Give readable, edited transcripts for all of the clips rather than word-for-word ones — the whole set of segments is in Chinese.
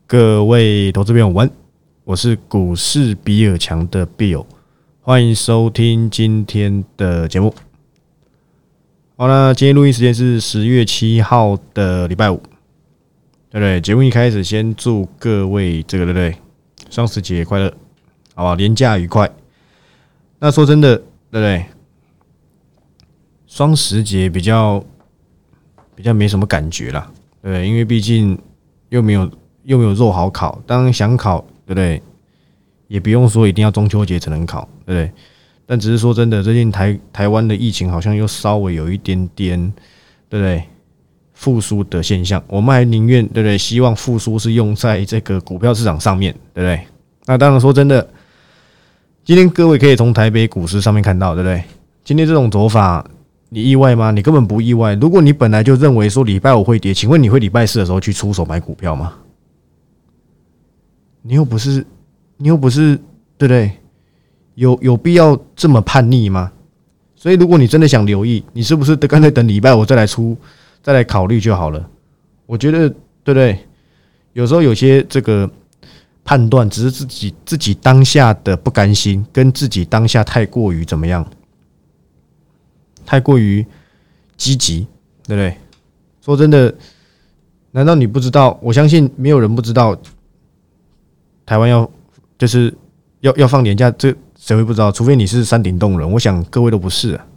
各位投资朋友晚安，我是股市比尔强的 Bill， 欢迎收听今天的节目。好了，今天录音时间是10月7号的礼拜五，对不对？节目一开始先祝各位对不对？双十节快乐，好吧？连假愉快。那说真的，对不对？双十节比较没什么感觉啦，对不对？因为毕竟又没有肉好烤，当然想烤，对不对？也不用说一定要中秋节才能烤，对不对？但只是说真的，最近台湾的疫情好像又稍微有一点点，对不对？复苏的现象，我们还宁愿对不对？希望复苏是用在这个股票市场上面，对不对？那当然说真的，今天各位可以从台北股市上面看到，对不对？今天这种走法，你意外吗？你根本不意外。如果你本来就认为说礼拜五会跌，请问你会礼拜四的时候去出手买股票吗？你又不是，对不对？有必要这么叛逆吗？所以如果你真的想留意，你是不是干脆等礼拜五再来考虑就好了？我觉得，对不对？有时候有些这个判断只是自己当下的不甘心，跟自己当下太过于怎么样，太过于积极，对不对？说真的，难道你不知道？我相信没有人不知道。台湾要放年假，这谁会不知道？除非你是山顶洞人，我想各位都不是啊，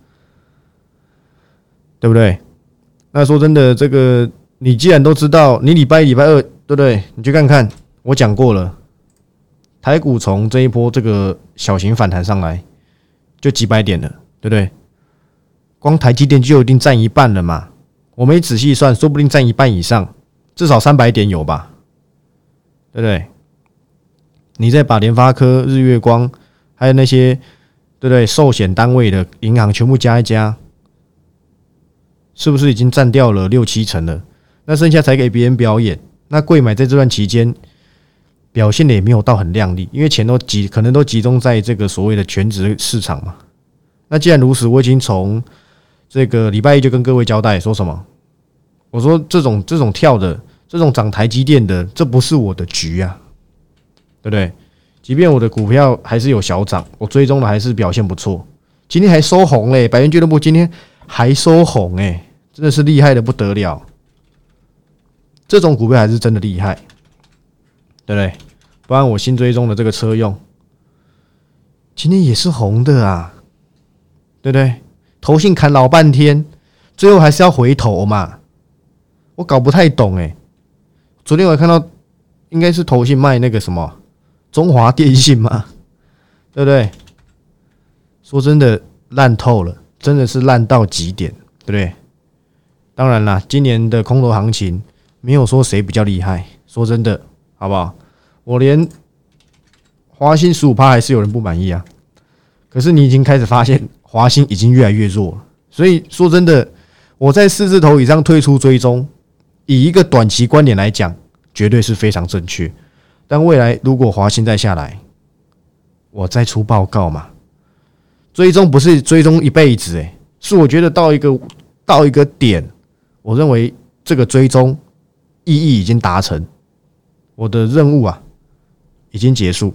对不对？那说真的，这个你既然都知道，你礼拜一、礼拜二，对不对？你去看看，我讲过了，台股从这一波这个小型反弹上来，就几百点了，对不对？光台积电就一定占一半了嘛？我没仔细算，说不定占一半以上，至少300点有吧？对不对？你再把联发科、日月光，还有那些对不对寿险单位的银行全部加一加，是不是已经占掉了6-7成了？那剩下才给别人表演。那贵买在这段期间表现的也没有到很亮丽，因为钱可能都集中在这个所谓的全职市场嘛。那既然如此，我已经从这个礼拜一就跟各位交代说什么？我说这种跳的，这种涨台积电的，这不是我的局啊。对不对？即便我的股票还是有小涨，我追踪的还是表现不错。今天还收红嘞，百元俱乐部今天还收红哎，真的是厉害的不得了。这种股票还是真的厉害，对不对？不然我新追踪的这个车用，今天也是红的啊，对不对？投信砍老半天，最后还是要回头嘛。我搞不太懂哎。昨天我看到应该是投信卖那个什么。中华电信嘛，对不对？说真的，烂透了，真的是烂到极点，对不对？当然啦，今年的空头行情没有说谁比较厉害，说真的，好不好？我连华兴15%还是有人不满意啊。可是你已经开始发现华兴已经越来越弱了，所以说真的，我在4字头以上退出追踪，以一个短期观点来讲，绝对是非常正确。但未来如果华兴再下来，我再出报告嘛。追踪不是追踪一辈子，是我觉得到一个点，我认为这个追踪意义已经达成，我的任务啊已经结束，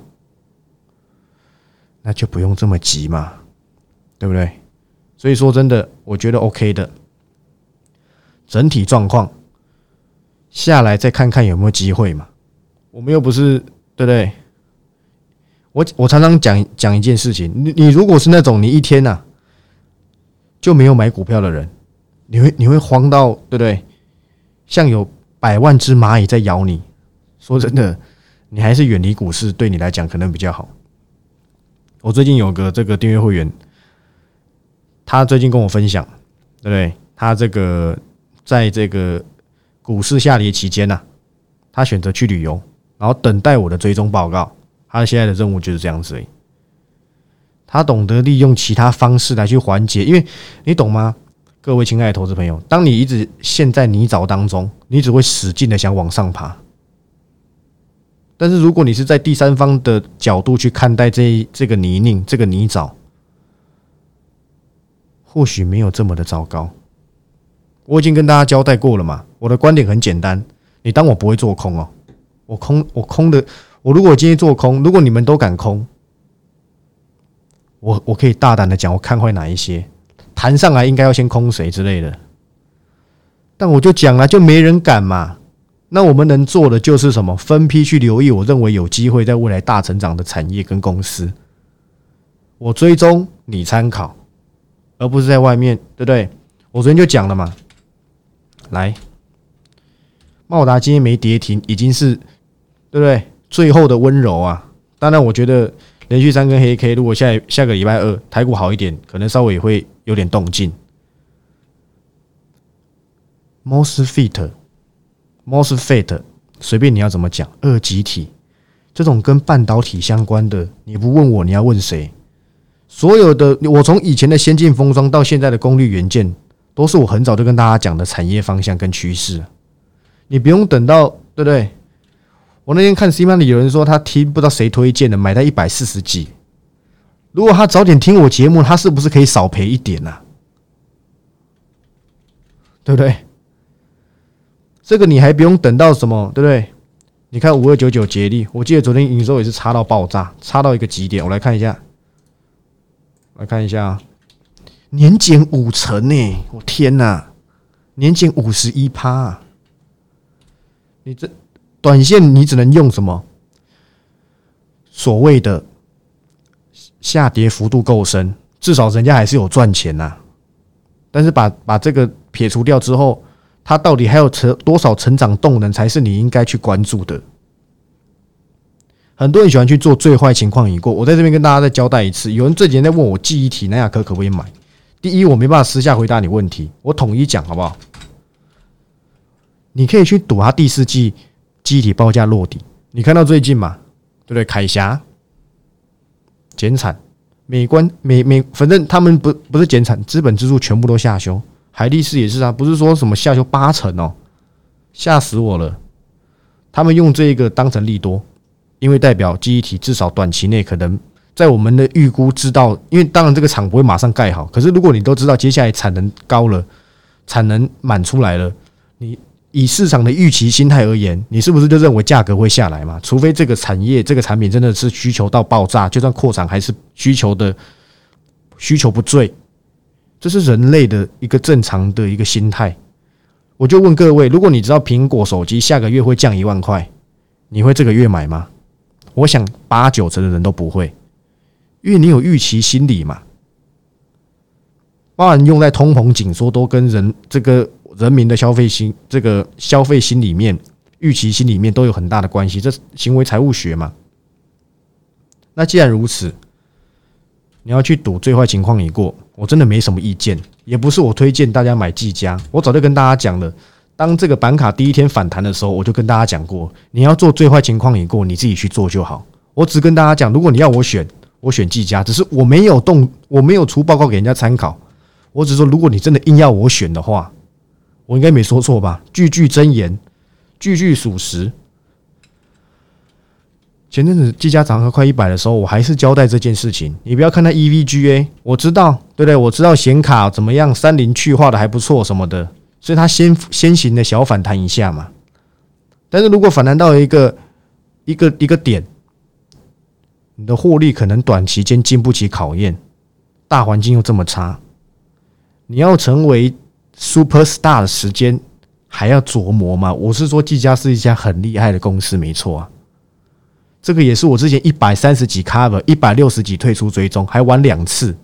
那就不用这么急嘛，对不对？所以说真的，我觉得 OK 的，整体状况下来再看看有没有机会嘛。我们又不是对不对？我常常讲一件事情，你如果是那种你一天啊就没有买股票的人，你会慌到对不对？像有100万只蚂蚁在咬你。说真的，你还是远离股市，对你来讲可能比较好。我最近有个这个订阅会员，他最近跟我分享，对不对？他这个在这个股市下跌期间啊，他选择去旅游。然后等待我的追踪报告，他现在的任务就是这样子而已。他懂得利用其他方式来去缓解，因为你懂吗？各位亲爱的投资朋友，当你一直陷在泥沼当中，你只会使劲的想往上爬。但是如果你是在第三方的角度去看待这个泥泞、这个泥沼，或许没有这么的糟糕。我已经跟大家交代过了嘛，我的观点很简单，你当我不会做空哦。 我空的，我如果今天做空，如果你们都敢空，我可以大胆的讲，我看坏哪一些，弹上来应该要先空谁之类的。但我就讲了，就没人敢嘛。那我们能做的就是什么？分批去留意我认为有机会在未来大成长的产业跟公司，我追踪你参考，而不是在外面，对不对？我昨天就讲了嘛，来，茂达今天没跌停，已经是对不对？最后的温柔啊！当然，我觉得连续3根黑 K， 如果下个礼拜二台股好一点，可能稍微也会有点动静。MOSFET， 随便你要怎么讲，二极体这种跟半导体相关的，你不问我，你要问谁？所有的我从以前的先进封装到现在的功率元件，都是我很早就跟大家讲的产业方向跟趋势。你不用等到，对不对？我那天看 C 班里有人说他听不知道谁推荐的，买在140几。如果他早点听我节目，他是不是可以少赔一点啊？对不对？这个你还不用等到什么，对不对？你看5299捷力，我记得昨天营收也是差到爆炸，差到一个极点。我来看一下，年减50%呢！我天哪，年减51%啊！你这短线你只能用什么？所谓的下跌幅度够深，至少人家还是有赚钱呐。但是把这个撇除掉之后，它到底还有多少成长动能才是你应该去关注的？很多人喜欢去做最坏情况已过，我在这边跟大家再交代一次。有人这几天在问我记忆体南亚科可不可以买？第一，我没办法私下回答你问题，我统一讲好不好？你可以去赌它第4季记忆体报价落底。你看到最近嘛，对不对？凯霞减产，反正他们不是减产，资本支出全部都下修。海力士也是啊，不是说什么下修80%哦，吓死我了。他们用这个当成利多，因为代表记忆体至少短期内可能在我们的预估知道，因为当然这个厂不会马上盖好，可是如果你都知道接下来产能高了，产能满出来了，你以市场的预期心态而言，你是不是就认为价格会下来嘛？除非这个产业这个产品真的是需求到爆炸，就算扩产还是需求不坠。这是人类的一个正常的一个心态。我就问各位，如果你知道苹果手机下个月会降1万块，你会这个月买吗？我想8-9成的人都不会，因为你有预期心理嘛。包含用在通膨紧缩都跟人民的消费心里面、预期心里面都有很大的关系，这行为财务学嘛。那既然如此，你要去赌最坏情况已过，我真的没什么意见，也不是我推荐大家买技嘉，我早就跟大家讲了。当这个板卡第一天反弹的时候，我就跟大家讲过，你要做最坏情况已过，你自己去做就好。我只跟大家讲，如果你要我选技嘉，只是我没有出报告给人家参考。我只说，如果你真的硬要我选的话，我应该没说错吧？句句真言，句句属实。前阵子技嘉涨到快100的时候，我还是交代这件事情。你不要看它 EVGA， 我知道，对不对？我知道显卡怎么样，30去化的还不错什么的，所以它先行的小反弹一下嘛。但是如果反弹到一个点，你的获利可能短期间经不起考验，大环境又这么差，你要成为 superstar 的时间还要琢磨吗？我是说，技嘉是一家很厉害的公司，没错啊。这个也是我之前130几 cover 160几退出追踪，还玩2次，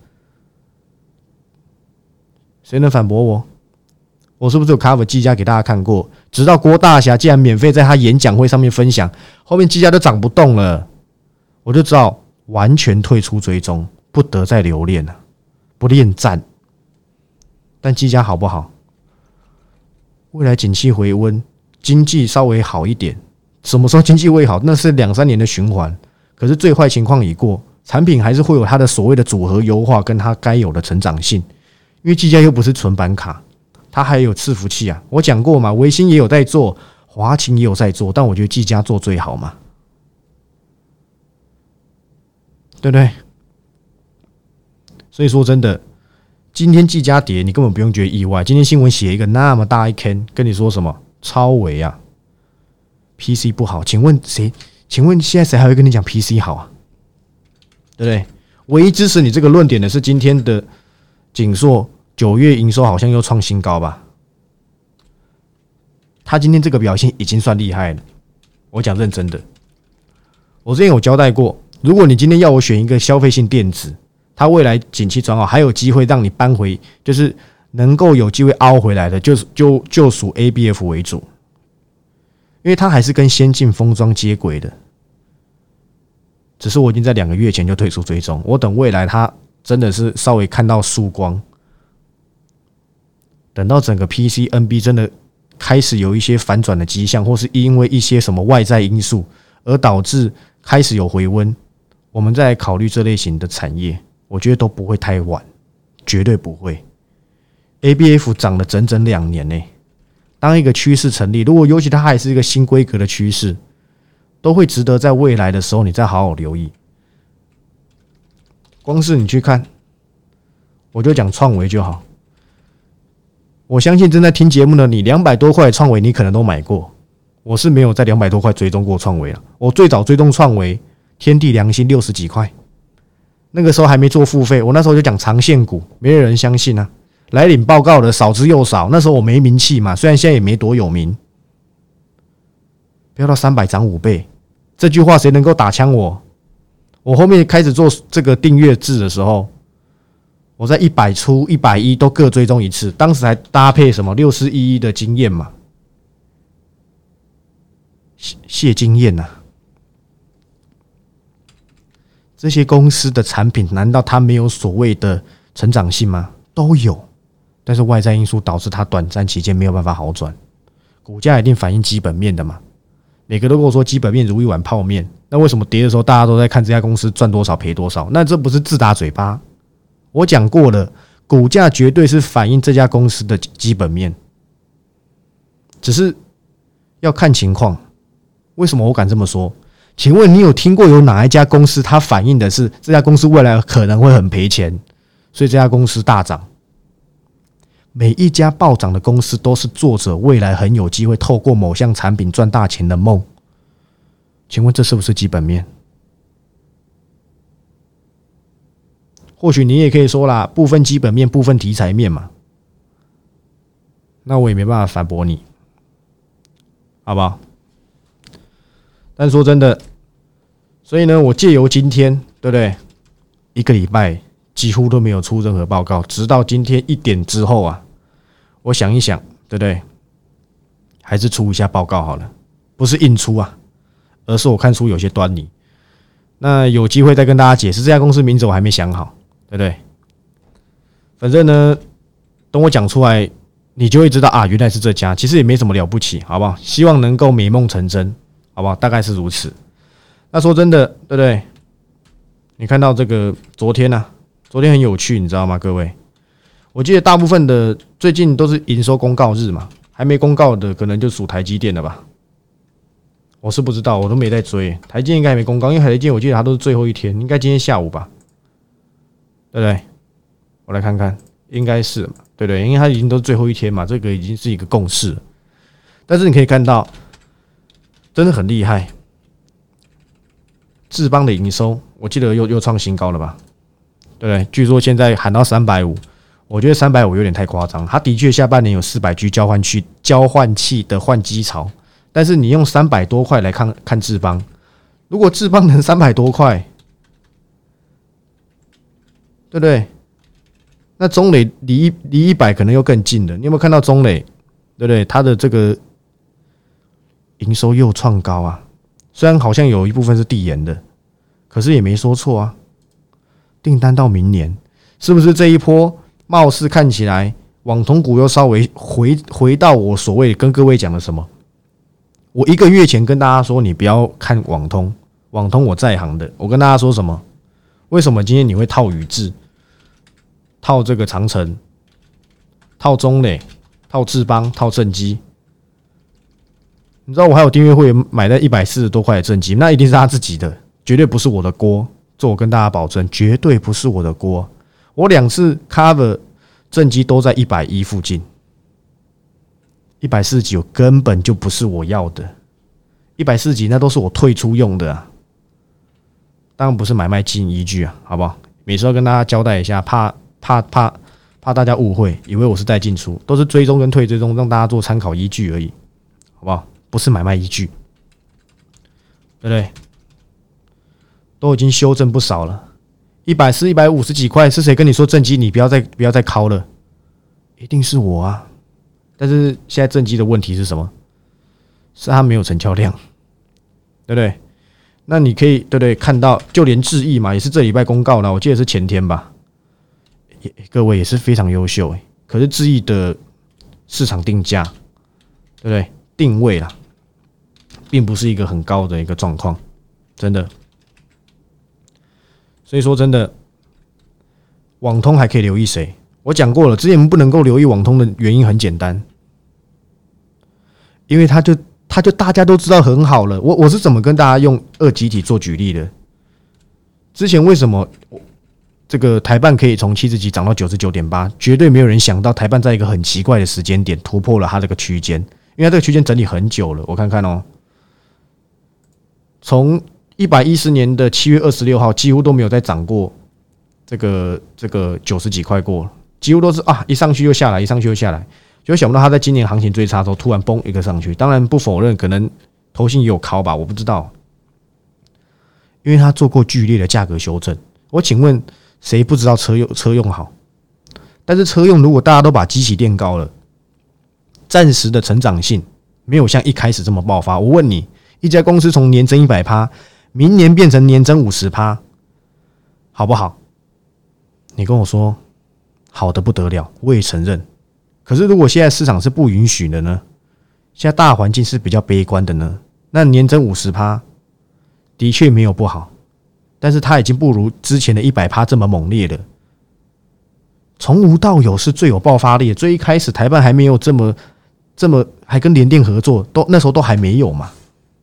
谁能反驳我？我是不是有 cover 技嘉给大家看过？直到郭大侠竟然免费在他演讲会上面分享，后面技嘉都涨不动了，我就知道完全退出追踪，不得再留恋了，不恋战。但技嘉好不好？未来景气回温，经济稍微好一点。什么时候经济会好？那是2-3年的循环。可是最坏情况已过，产品还是会有它的所谓的组合优化，跟它该有的成长性。因为技嘉又不是纯板卡，它还有伺服器啊。我讲过嘛，微星也有在做，华擎也有在做，但我觉得技嘉做最好嘛，对不对？所以说真的，今天技嘉跌，你根本不用觉得意外。今天新闻写一个那么大一 can， 跟你说什么超微啊？ PC 不好，请问谁？请问现在谁还会跟你讲 PC 好啊？对不对？唯一支持你这个论点的是今天的景硕9月营收好像又创新高吧？他今天这个表现已经算厉害了。我讲认真的，我之前有交代过，如果你今天要我选一个消费性电子，它未来景气转好，还有机会让你扳回，就是能够有机会凹回来的，就属 ABF 为主，因为它还是跟先进封装接轨的。只是我已经在2个月前就退出追踪，我等未来它真的是稍微看到曙光，等到整个 PC、NB 真的开始有一些反转的迹象，或是因为一些什么外在因素而导致开始有回温，我们再来考虑这类型的产业，我觉得都不会太晚，绝对不会。ABF 涨了整整2年呢，当一个趋势成立，如果尤其它还是一个新规格的趋势，都会值得在未来的时候你再好好留意。光是你去看，我就讲创维就好。我相信正在听节目的你，200多块的创维你可能都买过，我是没有在200多块追踪过创维了。我最早追踪创维，天地良心60几块，那个时候还没做付费，我那时候就讲长线股，没有人相信啊。来领报告的少之又少，那时候我没名气嘛，虽然现在也没多有名。飙到300涨5倍，这句话谁能够打枪我？我后面开始做这个订阅制的时候，我在100出、110都各追踪一次，当时还搭配什么6411的经验嘛，谢经验啊。这些公司的产品难道它没有所谓的成长性吗？都有，但是外在因素导致它短暂期间没有办法好转，股价一定反映基本面的嘛。每个都跟我说基本面如一碗泡面，那为什么跌的时候大家都在看这家公司赚多少赔多少？那这不是自打嘴巴？我讲过了，股价绝对是反映这家公司的基本面，只是要看情况。为什么我敢这么说？请问你有听过有哪一家公司它反映的是这家公司未来可能会很赔钱，所以这家公司大涨？每一家暴涨的公司都是作者未来很有机会透过某项产品赚大钱的梦。请问这是不是基本面？或许你也可以说啦，部分基本面，部分题材面嘛。那我也没办法反驳你，好不好？但说真的，所以呢，我借由今天，对不对？1个礼拜几乎都没有出任何报告，直到今天1点之后啊，我想一想，对不对？还是出一下报告好了，不是硬出啊，而是我看出有些端倪。那有机会再跟大家解释，这家公司名字我还没想好，对不对？反正呢，等我讲出来，你就会知道啊，原来是这家，其实也没什么了不起，好不好？希望能够美梦成真，好不好？大概是如此。那说真的，对不对？你看到这个昨天啊，昨天很有趣，你知道吗，各位？我记得大部分的最近都是营收公告日嘛，还没公告的可能就属台积电了吧？我是不知道，我都没在追。台积电应该还没公告，因为台积电我记得它都是最后一天，应该今天下午吧？对不对？我来看看，应该是嘛，对不对？因为它已经都是最后一天嘛，这个已经是一个共识了。但是你可以看到，真的很厉害。智邦的营收，我记得又创新高了吧？对不对？据说现在喊到350，我觉得350有点太夸张。它的确下半年有400G 交换器的换机潮，但是你用300多块来看智邦，如果智邦能300多块，对不对？那中磊离100可能又更近了。你有没有看到中磊？对不对？它的这个营收又创高啊！虽然好像有一部分是递延的，可是也没说错啊。订单到明年，是不是这一波貌似看起来网通股又稍微回到我所谓跟各位讲的什么？我1个月前跟大家说，你不要看网通，网通我在行的。我跟大家说什么？为什么今天你会套宇智、套这个长城、套中磊、套智邦、套正基？你知道我还有订阅会员买在140多块的正基，那一定是他自己的，绝对不是我的锅。这我跟大家保证，绝对不是我的锅。我2次 cover 正基都在110附近，140几根本就不是我要的。 140几那都是我退出用的啊，当然不是买卖经营依据啊，好不好？每次要跟大家交代一下，怕大家误会，以为我是在进出，都是追踪跟退追踪，让大家做参考依据而已，好不好？不是买卖依据，对不对？都已经修正不少了，140、150几块，是谁跟你说正机你不要再敲了？一定是我啊！但是现在正机的问题是什么？是它没有成交量，对不对？那你可以对不对看到，就连智毅嘛，也是这礼拜公告了，我记得是前天吧。各位也是非常优秀可是智毅的市场定价，对不对？定位啦，并不是一个很高的一个状况，真的。所以说真的，网通还可以留意谁？我讲过了，之前不能够留意网通的原因很简单，因为它就大家都知道很好了。我是怎么跟大家用二极体做举例的？之前为什么这个台半可以从70几涨到99.8？绝对没有人想到台半在一个很奇怪的时间点突破了它这个区间，因为它这个区间整理很久了。我看看哦，从110年的7月26号几乎都没有再涨过这个90几块过，几乎都是一上去又下来，一上去又下来。就想不到他在今年行情最差的时候突然崩一个上去，当然不否认可能投信也有考吧，我不知道，因为他做过剧烈的价格修正。我请问谁不知道车用好？但是车用如果大家都把基期垫高了，暂时的成长性没有像一开始这么爆发。我问你，一家公司从年增100%，明年变成年增50%，好不好？你跟我说好的不得了，我也承认。可是如果现在市场是不允许的呢？现在大环境是比较悲观的呢？那年增50%的确没有不好，但是它已经不如之前的100%这么猛烈了。从无到有是最有爆发力的，最一开始台半还没有这么还跟联电合作，那时候都还没有嘛，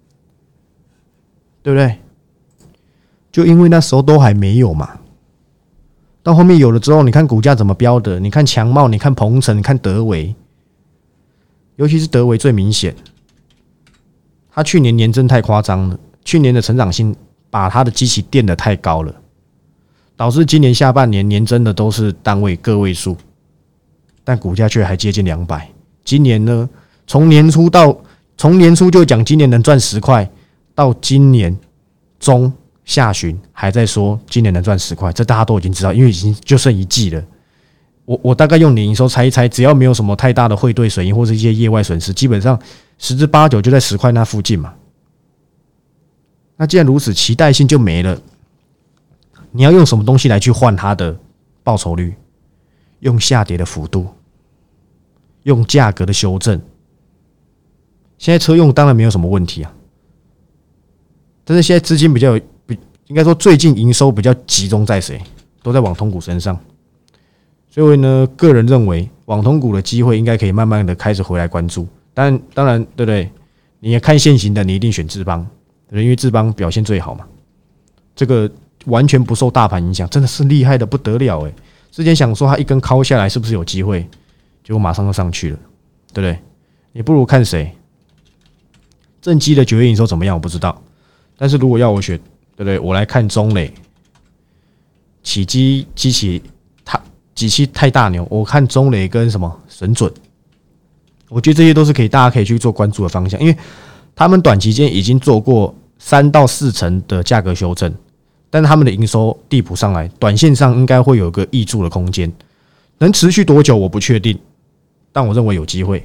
对不对？就因为那时候都还没有嘛。到后面有了之后，你看股价怎么飙的？你看强茂，你看鹏程，你看德微，尤其是德微最明显。他去年年增太夸张了，去年的成长性把他的基期垫得太高了，导致今年下半年年增的都是单位个位数，但股价却还接近200。今年呢，从年初就讲今年能赚10块，到今年中下旬还在说今年能赚10块，这大家都已经知道，因为已经就剩1季了。我大概用年营收猜一猜，只要没有什么太大的汇兑损益或是一些业外损失，基本上10之8九就在10块那附近嘛。那既然如此，期待性就没了。你要用什么东西来去换它的报酬率？用下跌的幅度，用价格的修正。现在车用当然没有什么问题啊，但是现在资金应该说最近营收比较集中在谁？都在网通股身上。所以呢，个人认为网通股的机会应该可以慢慢的开始回来关注。当然，对不对？你也看现行的，你一定选智邦，对不对？因为智邦表现最好嘛。这个完全不受大盘影响，真的是厉害的不得了之前想说它一根敲下来是不是有机会，结果马上就上去了，对不对？你不如看谁？正基的9月营收怎么样？我不知道。但是如果要我选，对不对？我来看中磊、起基机太大牛，我看中磊跟什么神准，我觉得这些都是大家可以去做关注的方向，因为他们短期间已经做过3到4成的价格修正，但是他们的营收递补上来，短线上应该会有个挹注的空间，能持续多久我不确定，但我认为有机会。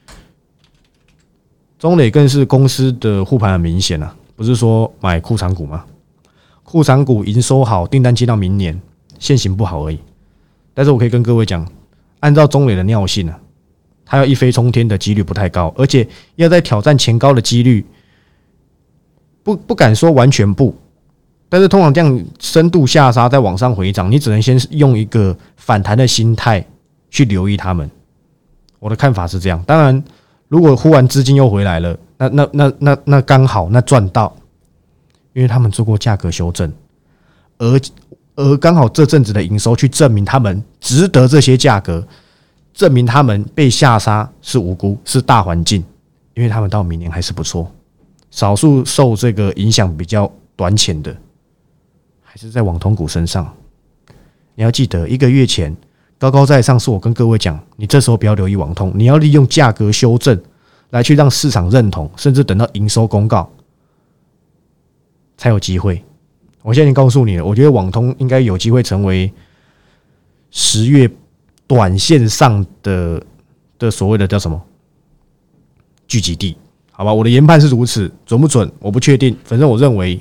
中磊更是公司的护盘很明显啊，不是说买库藏股吗？库藏股营收好，订单接到明年，现行不好而已。但是我可以跟各位讲，按照中磊的尿性啊，它要一飞冲天的几率不太高，而且要在挑战前高的几率，不敢说完全不，但是通常这样深度下杀再往上回涨，你只能先用一个反弹的心态去留意他们。我的看法是这样。当然，如果忽然资金又回来了，那刚好那赚到，因为他们做过价格修正，而刚好这阵子的营收去证明他们值得这些价格，证明他们被下杀是无辜，是大环境，因为他们到明年还是不错， 少数受这个影响比较短浅的，还是在网通股身上。你要记得，1个月前高高在上，是我跟各位讲，你这时候不要留意网通，你要利用价格修正来去让市场认同，甚至等到营收公告才有机会。我现在已经告诉你了，我觉得网通应该有机会成为10月短线上的所谓的叫什么聚集地，好吧？我的研判是如此，准不准我不确定，反正我认为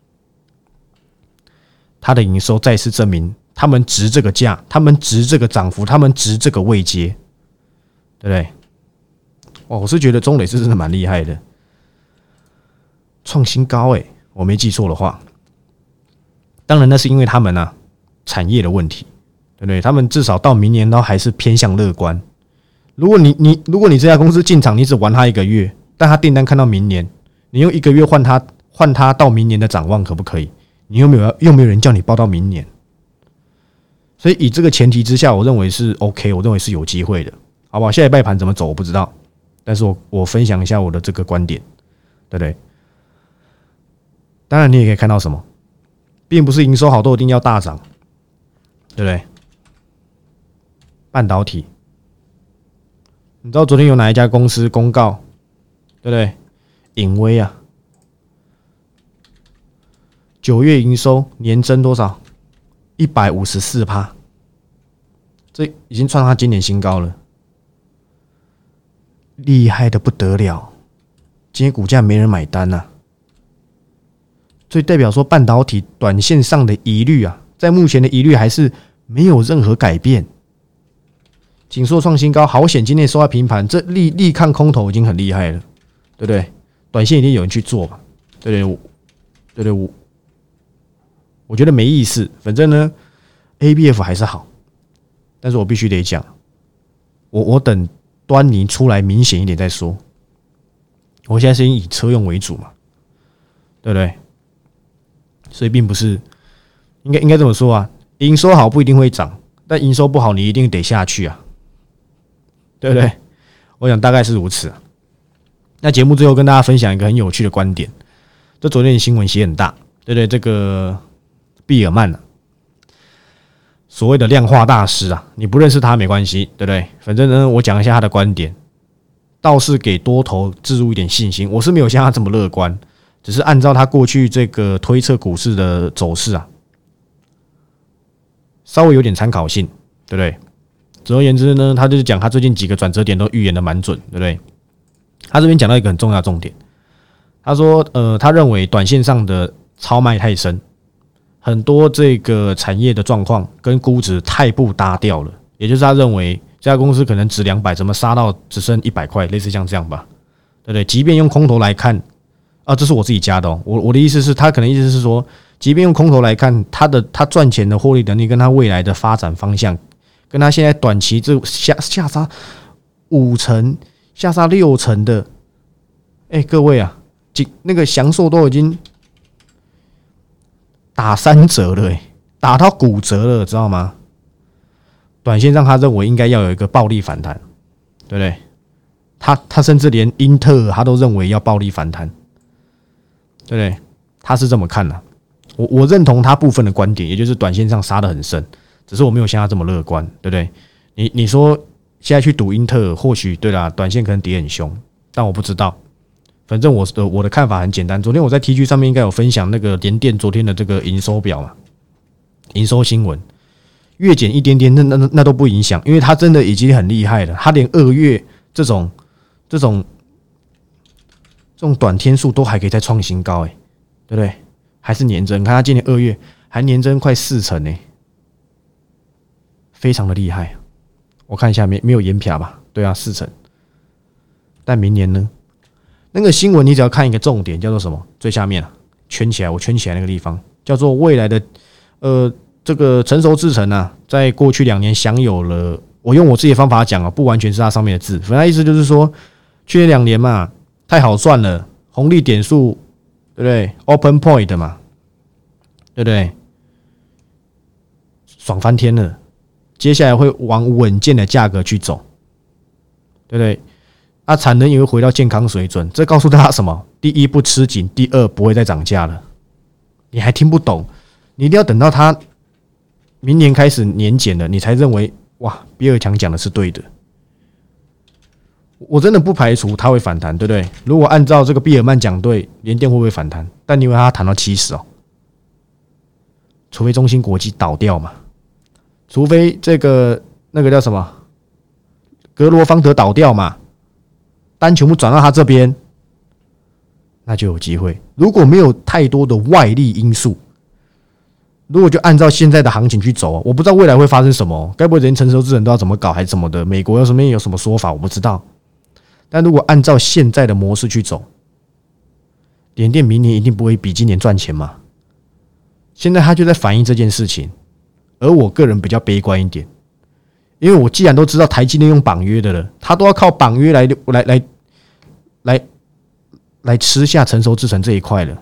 它的营收再次证明他们值这个价，他们值这个涨幅，他们值这个位阶，对不对？哇，我是觉得中磊是真的蛮厉害的，创新高我没记错的话。当然那是因为他们产业的问题，对不对？他们至少到明年都还是偏向乐观。如果你这家公司进场，你只玩它1个月，但它订单看到明年，你用1个月换它到明年的展望，可不可以？你又没有人叫你报到明年？所以以这个前提之下，我认为是 OK， 我认为是有机会的，好不好？下礼拜盘怎么走我不知道，但是我分享一下我的这个观点，对不对？当然你也可以看到什么，并不是营收好都一定要大涨，对不对？半导体，你知道昨天有哪一家公司公告，对不对？颖威9月营收年增多少？154%，这已经创他今年新高了，厉害的不得了。今天股价没人买单所以代表说半导体短线上的疑虑在目前的疑虑还是没有任何改变。紧缩创新高，好险今天收在平盘，这力抗空头已经很厉害了，对不对？短线一定有人去做嘛，对不对？我觉得没意思，反正呢 ，ABF 还是好，但是我必须得讲，我等端倪出来明显一点再说。我现在是以车用为主嘛，对不对？所以并不是应该这么说营收好不一定会涨，但营收不好你一定得下去对不对？我想大概是如此那节目最后跟大家分享一个很有趣的观点，这昨天的新闻写很大，对不对？这个毕尔曼所谓的量化大师你不认识他没关系，对不对？反正呢，我讲一下他的观点，倒是给多头置入一点信心。我是没有像他这么乐观，只是按照他过去这个推测股市的走势稍微有点参考性，对不对？总而言之呢，他就是讲他最近几个转折点都预言的蛮准，对不对？他这边讲到一个很重要的重点，他说他认为短线上的超卖太深，很多这个产业的状况跟估值太不搭调了，也就是他认为这家公司可能值200，怎么杀到只剩100块，类似像这样吧，对不对？即便用空头来看这是我自己加的我的意思是，他可能意思是说，即便用空头来看，他赚钱的获利能力跟他未来的发展方向，跟他现在短期这下杀5成、下杀6成的，各位那个享受都已经打3折了打到骨折了，知道吗？短线上他认为应该要有一个暴力反弹，对不对？他甚至连英特尔他都认为要暴力反弹，对不对？他是这么看的。我认同他部分的观点，也就是短线上杀得很深，只是我没有像他这么乐观，对不对？你说现在去赌英特尔，或许对啦，短线可能跌很凶，但我不知道。反正我的看法很简单，昨天我在 TG 上面应该有分享那个联电昨天的这个营收表嘛，营收新闻月减一点点，那都不影响，因为它真的已经很厉害了，它连2月这种短天数都还可以再创新高对不对？还是年增，你看它今年2月还年增快4成非常的厉害。我看一下没有延撇吧？对4成。但明年呢？那个新闻你只要看一个重点，叫做什么？最下面圈起来，我圈起来那个地方叫做未来的这个成熟制程在过去2年享有了，我用我自己的方法讲不完全是它上面的字，反正意思就是说，去年2年嘛，太好赚了，红利点数，对不对 ？Open Point 嘛，对不对？爽翻天了，接下来会往稳健的价格去走，对不对？ 产能也会回到健康水准。这告诉大家什么？第一，不吃紧；第二，不会再涨价了。你还听不懂？你一定要等到它明年开始年减了，你才认为哇，比尔强讲的是对的。我真的不排除它会反弹，对不对？如果按照这个比尔曼讲对，联电会不会反弹？但你以为它谈到70哦？除非中芯国际倒掉嘛，除非这个那个叫什么格罗方德倒掉嘛，单全部转到他这边，那就有机会。如果没有太多的外力因素，如果就按照现在的行情去走，我不知道未来会发生什么，该不会连成熟制程都要怎么搞还是怎么的？美国有什么说法我不知道。但如果按照现在的模式去走，联电明年一定不会比今年赚钱嘛。现在他就在反映这件事情，而我个人比较悲观一点，因为我既然都知道台积电用绑约的了，他都要靠绑约来吃下成熟制程这一块了，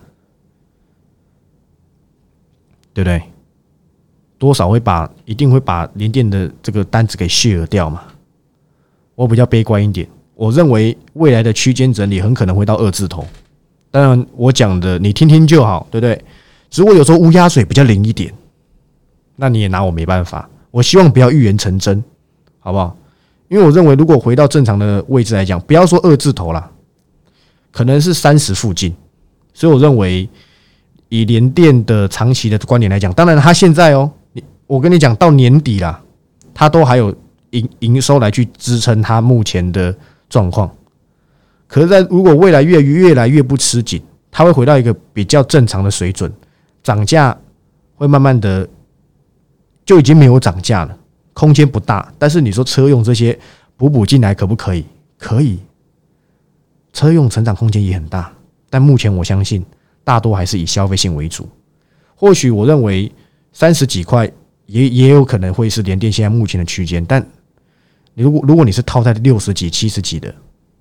对不对？多少一定会把联电的这个单子给share掉嘛。我比较悲观一点，我认为未来的区间整理很可能会到2字头。当然，我讲的你听听就好，对不对？只不过有时候乌鸦嘴比较灵一点，那你也拿我没办法。我希望不要预言成真，好不好？因为我认为，如果回到正常的位置来讲，不要说2字头啦，可能是30附近。所以我认为，以联电的长期的观点来讲，当然它现在我跟你讲，到年底啦，它都还有营收来去支撑它目前的状况。可是如果未来越来越不吃紧，它会回到一个比较正常的水准，涨价会慢慢的就已经没有涨价了，空间不大。但是你说车用这些补进来可不可以？可以，车用成长空间也很大，但目前我相信大多还是以消费性为主。或许我认为30几块也有可能会是联电现在目前的区间，但如果你是套在60几、70几的，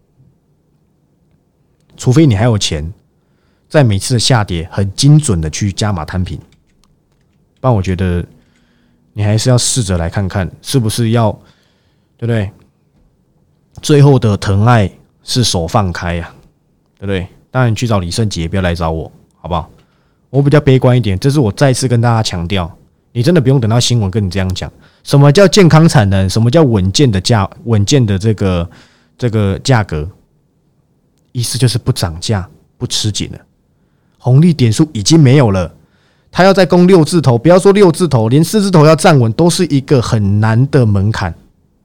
除非你还有钱，在每次的下跌很精准的去加码摊平，不然我觉得你还是要试着来看看，是不是要，对不对？最后的疼爱是手放开呀，对不对？当然你去找李圣杰，不要来找我，好不好？我比较悲观一点，这是我再次跟大家强调，你真的不用等到新闻跟你这样讲。什么叫健康产能？什么叫稳健的这个价格？意思就是不涨价、不吃紧了，红利点数已经没有了。他要再攻6字头，不要说6字头，连4字头要站稳都是一个很难的门槛。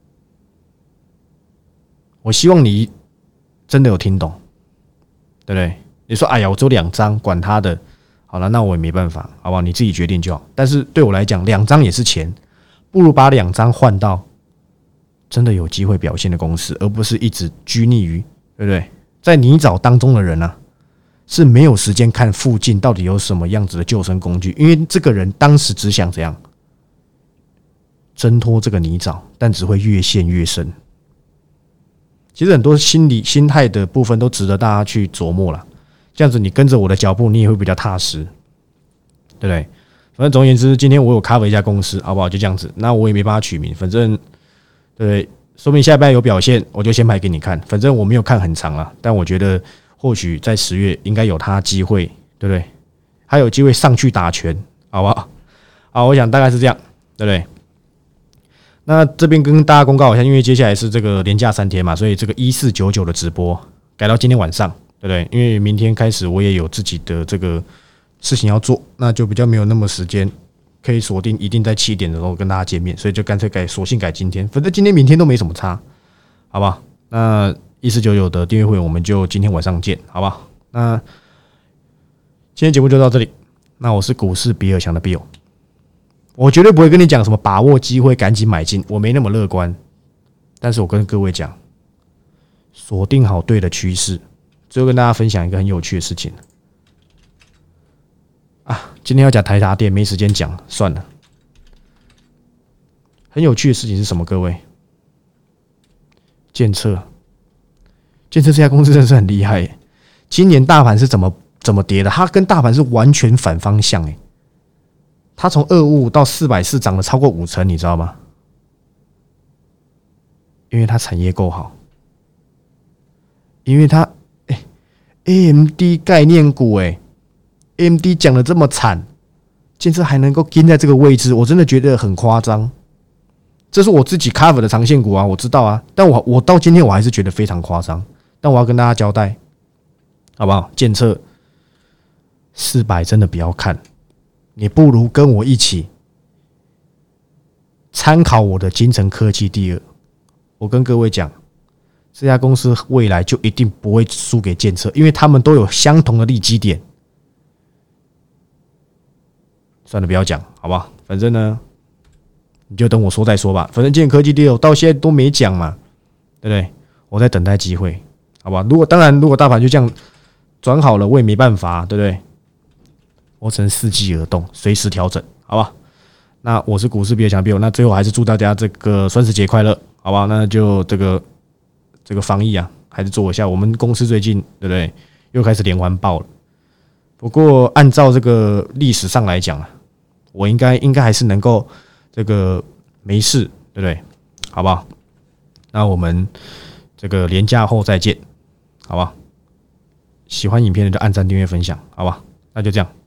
我希望你真的有听懂，对不对？你说哎呀，我只有2张，管他的，好了，那我也没办法，好不好？你自己决定就好。但是对我来讲，2张也是钱，不如把2张换到真的有机会表现的公司，而不是一直拘泥于，对不对？在泥沼当中的人啊，是没有时间看附近到底有什么样子的救生工具，因为这个人当时只想怎样挣脱这个泥沼，但只会越陷越深。其实很多心态的部分都值得大家去琢磨啦。这样子你跟着我的脚步，你也会比较踏实，对不对？反正总而言之，今天我有 cover 一家公司，好不好？就这样子，那我也没办法取名，反正对不对？说明下半有表现，我就先排给你看。反正我没有看很长了，但我觉得或许在10月应该有他机会，对不对？还有机会上去打拳，好不好？好，我想大概是这样，对不对？那这边跟大家公告一下，因为接下来是这个连假3天嘛，所以这个1499的直播改到今天晚上，对不对？因为明天开始我也有自己的这个事情要做，那就比较没有那么时间可以锁定一定在7点的时候跟大家见面，所以就干脆索性改今天，反正今天明天都没什么差，好不好？那1499的订阅会我们就今天晚上见，好不好？那今天节目就到这里，那我是股市比尔强的 Bill， 我绝对不会跟你讲什么把握机会赶紧买进，我没那么乐观，但是我跟各位讲，锁定好对的趋势。最后跟大家分享一个很有趣的事情啊，今天要讲台达电，没时间讲，算了。很有趣的事情是什么？各位，建策这家公司真的是很厉害耶。今年大盘是怎么跌的？它跟大盘是完全反方向耶。它从255到440涨了超过50%，你知道吗？因为它产业够好。 因为它AMD 概念股AMD 讲的这么惨，建设还能够跟在这个位置，我真的觉得很夸张。这是我自己 cover 的长线股啊，我知道啊，但我到今天我还是觉得非常夸张。但我要跟大家交代，好不好？建设400真的不要看，你不如跟我一起参考我的精诚科技第二。我跟各位讲，这家公司未来就一定不会输给建设，因为他们都有相同的利基点。算了，不要讲，好不好？反正呢，你就等我说再说吧。反正精诚科技第二到现在都没讲嘛，对不对？我在等待机会，好吧？当然，如果大盘就这样转好了，我也没办法，对不对？我只能伺机而动，随时调整，好吧？那我是股市比尔强比尔，那最后还是祝大家这个双十节快乐，好吧？那就这个防疫啊，还是做一下。我们公司最近对不对，又开始连环爆了。不过按照这个历史上来讲啊，我应该还是能够这个没事，对不对？好不好？那我们这个连假后再见，好不好？喜欢影片的就按赞、订阅、分享，好吧？那就这样。